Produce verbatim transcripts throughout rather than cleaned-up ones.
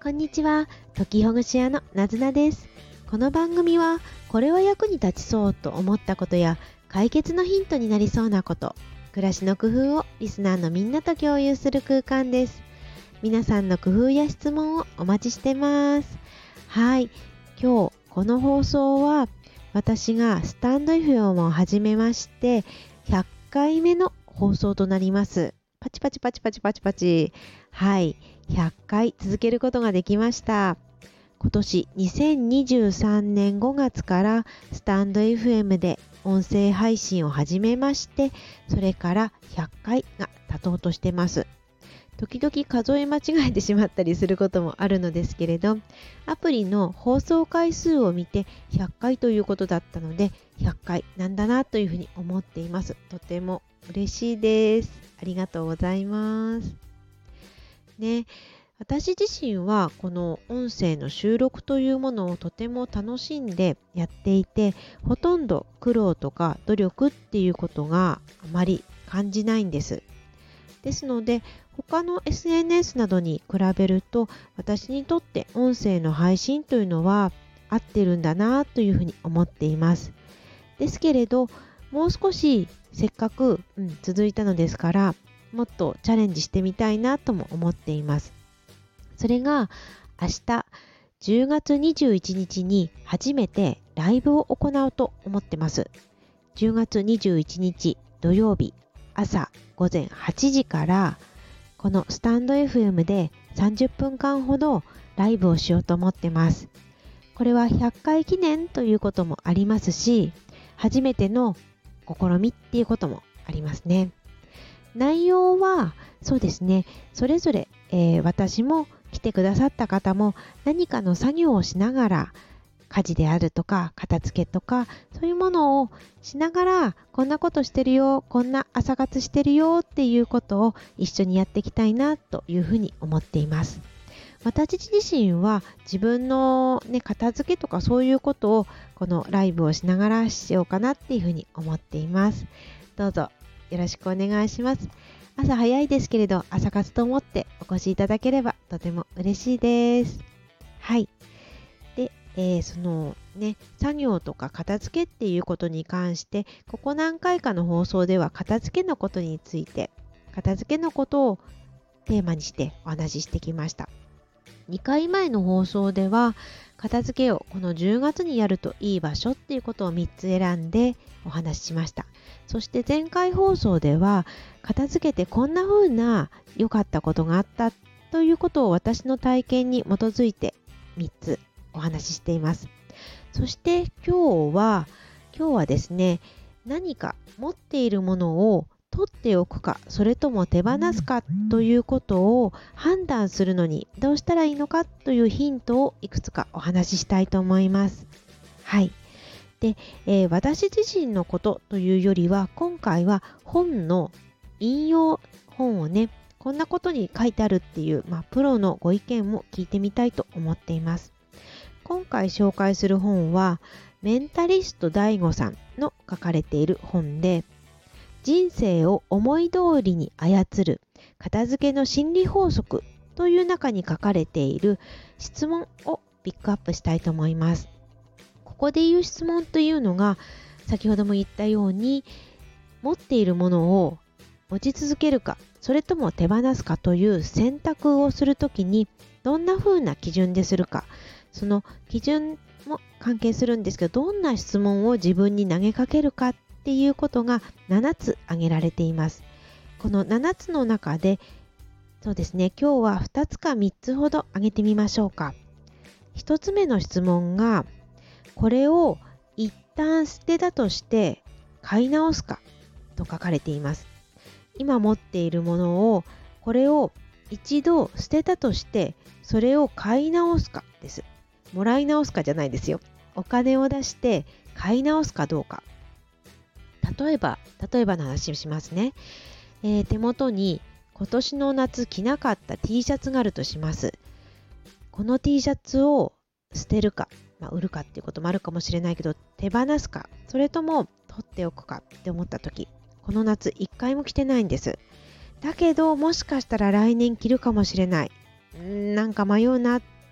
こんにちは、解きほぐし屋のなずなです。この番組は、これは役に立ちそうと思ったことや、解決のヒントになりそうなこと、暮らしの工夫をリスナーのみんなと共有する空間です。皆さんの工夫や質問をお待ちしてます。はい、今日この放送は、私がスタンド エフエム を始めまして、ひゃっかいめの放送となります。パチパチパチパチパチパチ。はい、ひゃっかい続けることができました。今年にせんにじゅうさんねんごがつからスタンド エフエム で音声配信を始めまして、それからひゃっかいが経とうとしてます。時々数え間違えてしまったりすることもあるのですけれど、アプリの放送回数を見てひゃっかいということだったので、ひゃっかいなんだなというふうに思っています。とても嬉しいです。ありがとうございます。ね、私自身はこの音声の収録というものをとても楽しんでやっていて、ほとんど苦労とか努力っていうことがあまり感じないんです。ですので、他の エスエヌエス などに比べると、私にとって音声の配信というのは合ってるんだなというふうに思っています。ですけれど、もう少しせっかく、うん、続いたのですから、もっとチャレンジしてみたいなとも思っています。それが明日じゅうがつにじゅういちにちに初めてライブを行うと思ってます。じゅうがつにじゅういちにち土曜日朝ごぜんはちじからこのスタンド エフエム でさんじゅっぷんかんほどライブをしようと思ってます。これはひゃっかい記念ということもありますし、初めての試みっていうこともありますね。内容はそうですね、それぞれ、えー、私も来てくださった方も何かの作業をしながら、家事であるとか片付けとかそういうものをしながら、こんなことしてるよ、こんな朝活してるよっていうことを一緒にやっていきたいなというふうに思っています。私自身は自分の、ね、片付けとかそういうことをこのライブをしながらしようかなっていうふうに思っています。どうぞよろしくお願いします。朝早いですけれど、朝活と思ってお越しいただければとても嬉しいです。はい。で、えー、そのね、作業とか片付けっていうことに関して、ここ何回かの放送では片付けのことについて、片付けのことをテーマにしてお話ししてきました。にかいまえの放送では、片付けをこのじゅうがつにやるといい場所っていうことをみっつ選んでお話ししました。そして前回放送では、片付けてこんな風な良かったことがあったということを私の体験に基づいてみっつお話ししています。そして今日は、今日はですね、何か持っているものを取っておくか、それとも手放すかということを判断するのにどうしたらいいのかというヒントをいくつかお話ししたいと思います。はい。で、えー、私自身のことというよりは、今回は本の引用本をね、こんなことに書いてあるっていう、まあ、プロのご意見も聞いてみたいと思っています。今回紹介する本は、メンタリスト ダイゴ さんの書かれている本で、人生を思い通りに操る片付けの心理法則という中に書かれている質問をピックアップしたいと思います。ここで言う質問というのが、先ほども言ったように、持っているものを持ち続けるか、それとも手放すかという選択をするときに、どんな風な基準でするか、その基準も関係するんですけど、どんな質問を自分に投げかけるかっていうことがななつ挙げられています。このななつの中で、そうですね、今日はふたつかみっつほど挙げてみましょうか。ひとつめの質問が、これを一旦捨てたとして買い直すかと書かれています。今持っているものを、これを一度捨てたとしてそれを買い直すかです。もらい直すかじゃないですよ。お金を出して買い直すかどうか。例えば、例えばの話をしますね。えー、手元に今年の夏着なかった T シャツがあるとします。この T シャツを捨てるか、まあ、売るかっていうこともあるかもしれないけど、手放すか、それとも取っておくかって思った時、この夏一回も着てないんです。だけどもしかしたら来年着るかもしれない。んーなんか迷うなっ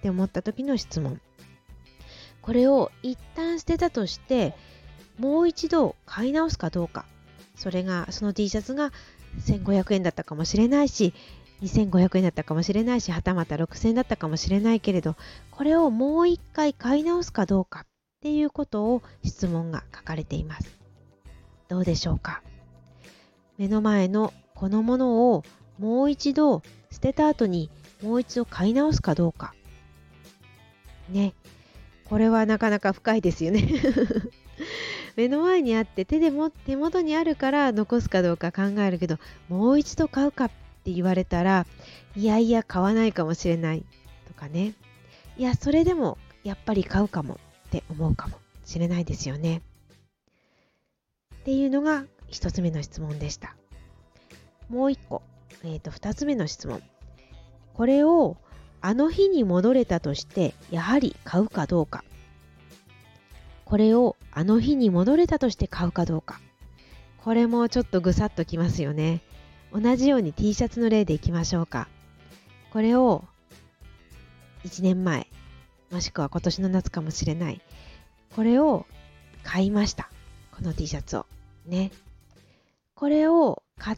って思った時の質問。これを一旦捨てたとしてもう一度買い直すかどうか。それがその T シャツがせんごひゃくえんだったかもしれないし、にせんごひゃくえんだったかもしれないし、はたまたろくせんえんだったかもしれないけれど、これをもう一回買い直すかどうかっていうことを質問が書かれています。どうでしょうか。目の前のこのものをもう一度捨てた後にもう一度買い直すかどうか。ね。これはなかなか深いですよね。目の前にあって手でも手元にあるから残すかどうか考えるけど、もう一度買うかって言われたら、いやいや買わないかもしれないとかね。いやそれでもやっぱり買うかもって思うかもしれないですよね。っていうのが一つ目の質問でした。もう一個、えーと、二つ目の質問。これをあの日に戻れたとしてやはり買うかどうか。これをあの日に戻れたとして買うかどうか。これもちょっとぐさっときますよね。同じように T シャツの例でいきましょうか。これをいちねんまえ、もしくは今年の夏かもしれない。これを買いました。この T シャツを。ね。これを買って、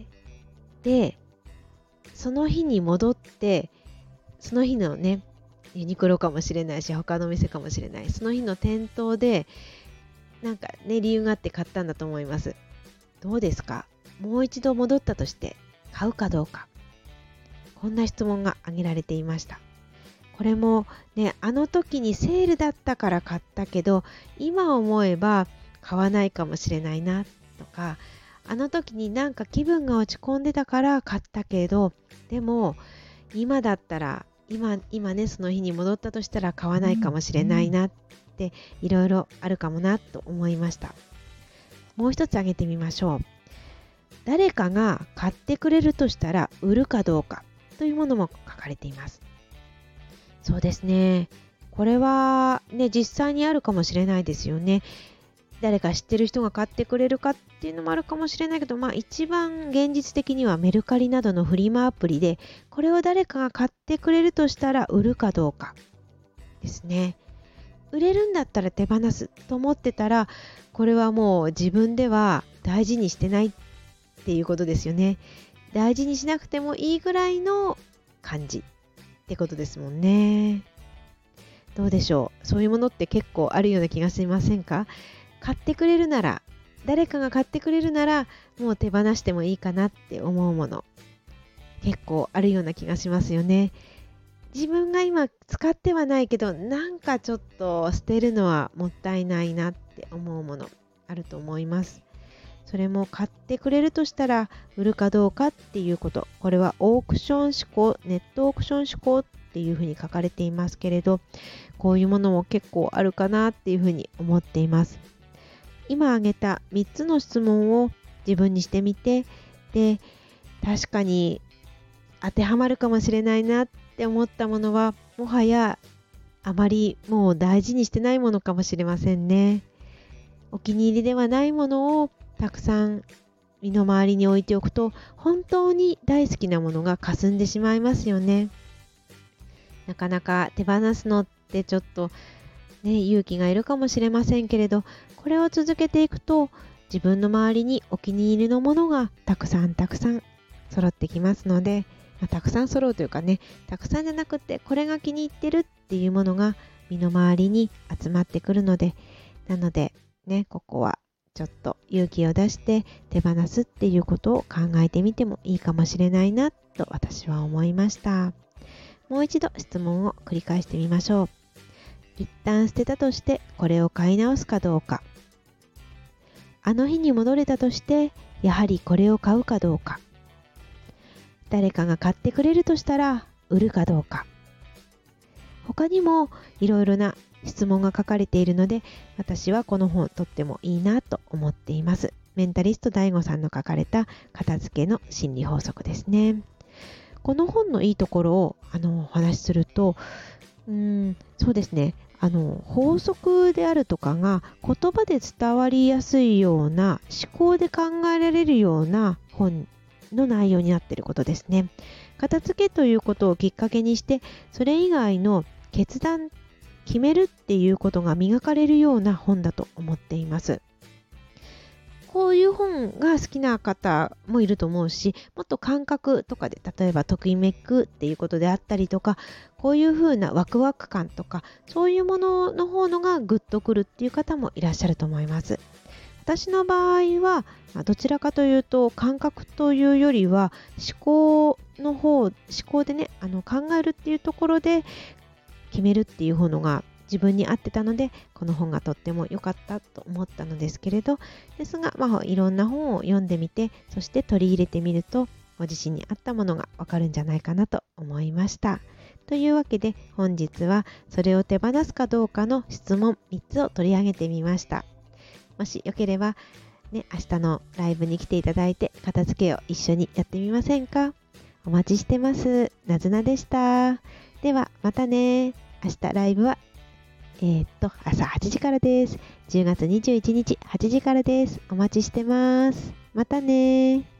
で、その日に戻って、その日のね、ユニクロかもしれないし、他の店かもしれない。その日の店頭で、なんかね、理由があって買ったんだと思います。どうですか？もう一度戻ったとして買うかどうか。こんな質問が挙げられていました。これもね、あの時にセールだったから買ったけど、今思えば買わないかもしれないなとか、あの時になんか気分が落ち込んでたから買ったけど、でも今だったら今今ねその日に戻ったとしたら買わないかもしれないなっていろいろあるかもなと思いました。もう一つ挙げてみましょう。誰かが買ってくれるとしたら売るかどうかというものも書かれています。そうですね。これはね実際にあるかもしれないですよね。誰か知ってる人が買ってくれるかっていうのもあるかもしれないけど、まあ一番現実的にはメルカリなどのフリマアプリでこれを誰かが買ってくれるとしたら売るかどうかですね。売れるんだったら手放すと思ってたら、これはもう自分では大事にしてないっていうことですよね。大事にしなくてもいいぐらいの感じってことですもんね。どうでしょう。そういうものって結構あるような気がしませんか？買ってくれるなら、誰かが買ってくれるならもう手放してもいいかなって思うもの結構あるような気がしますよね。自分が今使ってはないけど、なんかちょっと捨てるのはもったいないなって思うものあると思います。それも買ってくれるとしたら売るかどうかっていうこと。これはオークション志向、ネットオークション志向っていうふうに書かれていますけれど、こういうものも結構あるかなっていうふうに思っています。今挙げたみっつの質問を自分にしてみて、で、確かに当てはまるかもしれないなって思ったものは、もはやあまりもう大事にしてないものかもしれませんね。お気に入りではないものをたくさん身の回りに置いておくと、本当に大好きなものが霞んでしまいますよね。なかなか手放すのってちょっとね、勇気がいるかもしれませんけれど、これを続けていくと自分の周りにお気に入りのものがたくさんたくさん揃ってきますので、まあ、たくさん揃うというかね、たくさんじゃなくてこれが気に入ってるっていうものが身の回りに集まってくるので、なのでね、ここはちょっと勇気を出して手放すっていうことを考えてみてもいいかもしれないなと私は思いました。もう一度質問を繰り返してみましょう。一旦捨てたとしてこれを買い直すかどうか。あの日に戻れたとしてやはりこれを買うかどうか。誰かが買ってくれるとしたら売るかどうか。他にもいろいろな質問が書かれているので、私はこの本とってもいいなと思っています。メンタリスト ダイゴ さんの書かれた片付けの心理法則ですね。この本のいいところをあのお話しすると、うーんそうですね、あの法則であるとかが言葉で伝わりやすいような、思考で考えられるような本の内容になっていることですね。片付けということをきっかけにして、それ以外の決断、決めるっていうことが磨かれるような本だと思っています。こういう本が好きな方もいると思うし、もっと感覚とかで、例えばときめくっていうことであったりとか、こういう風なワクワク感とか、そういうものの方のがグッとくるっていう方もいらっしゃると思います。私の場合は、どちらかというと感覚というよりは思考の方、思考でね、あの考えるっていうところで決めるっていうのが自分に合ってたので、この本がとっても良かったと思ったのですけれど、ですが、まあ、いろんな本を読んでみて、そして取り入れてみると、ご自身に合ったものがわかるんじゃないかなと思いました。というわけで、本日はそれを手放すかどうかの質問みっつを取り上げてみました。もしよければ、ね、明日のライブに来ていただいて、片付けを一緒にやってみませんか？お待ちしてます。なずなでした。では、またね。明日ライブはえー、っと、朝はちじからです。じゅうがつにじゅういちにちはちじからです。お待ちしてます。またね。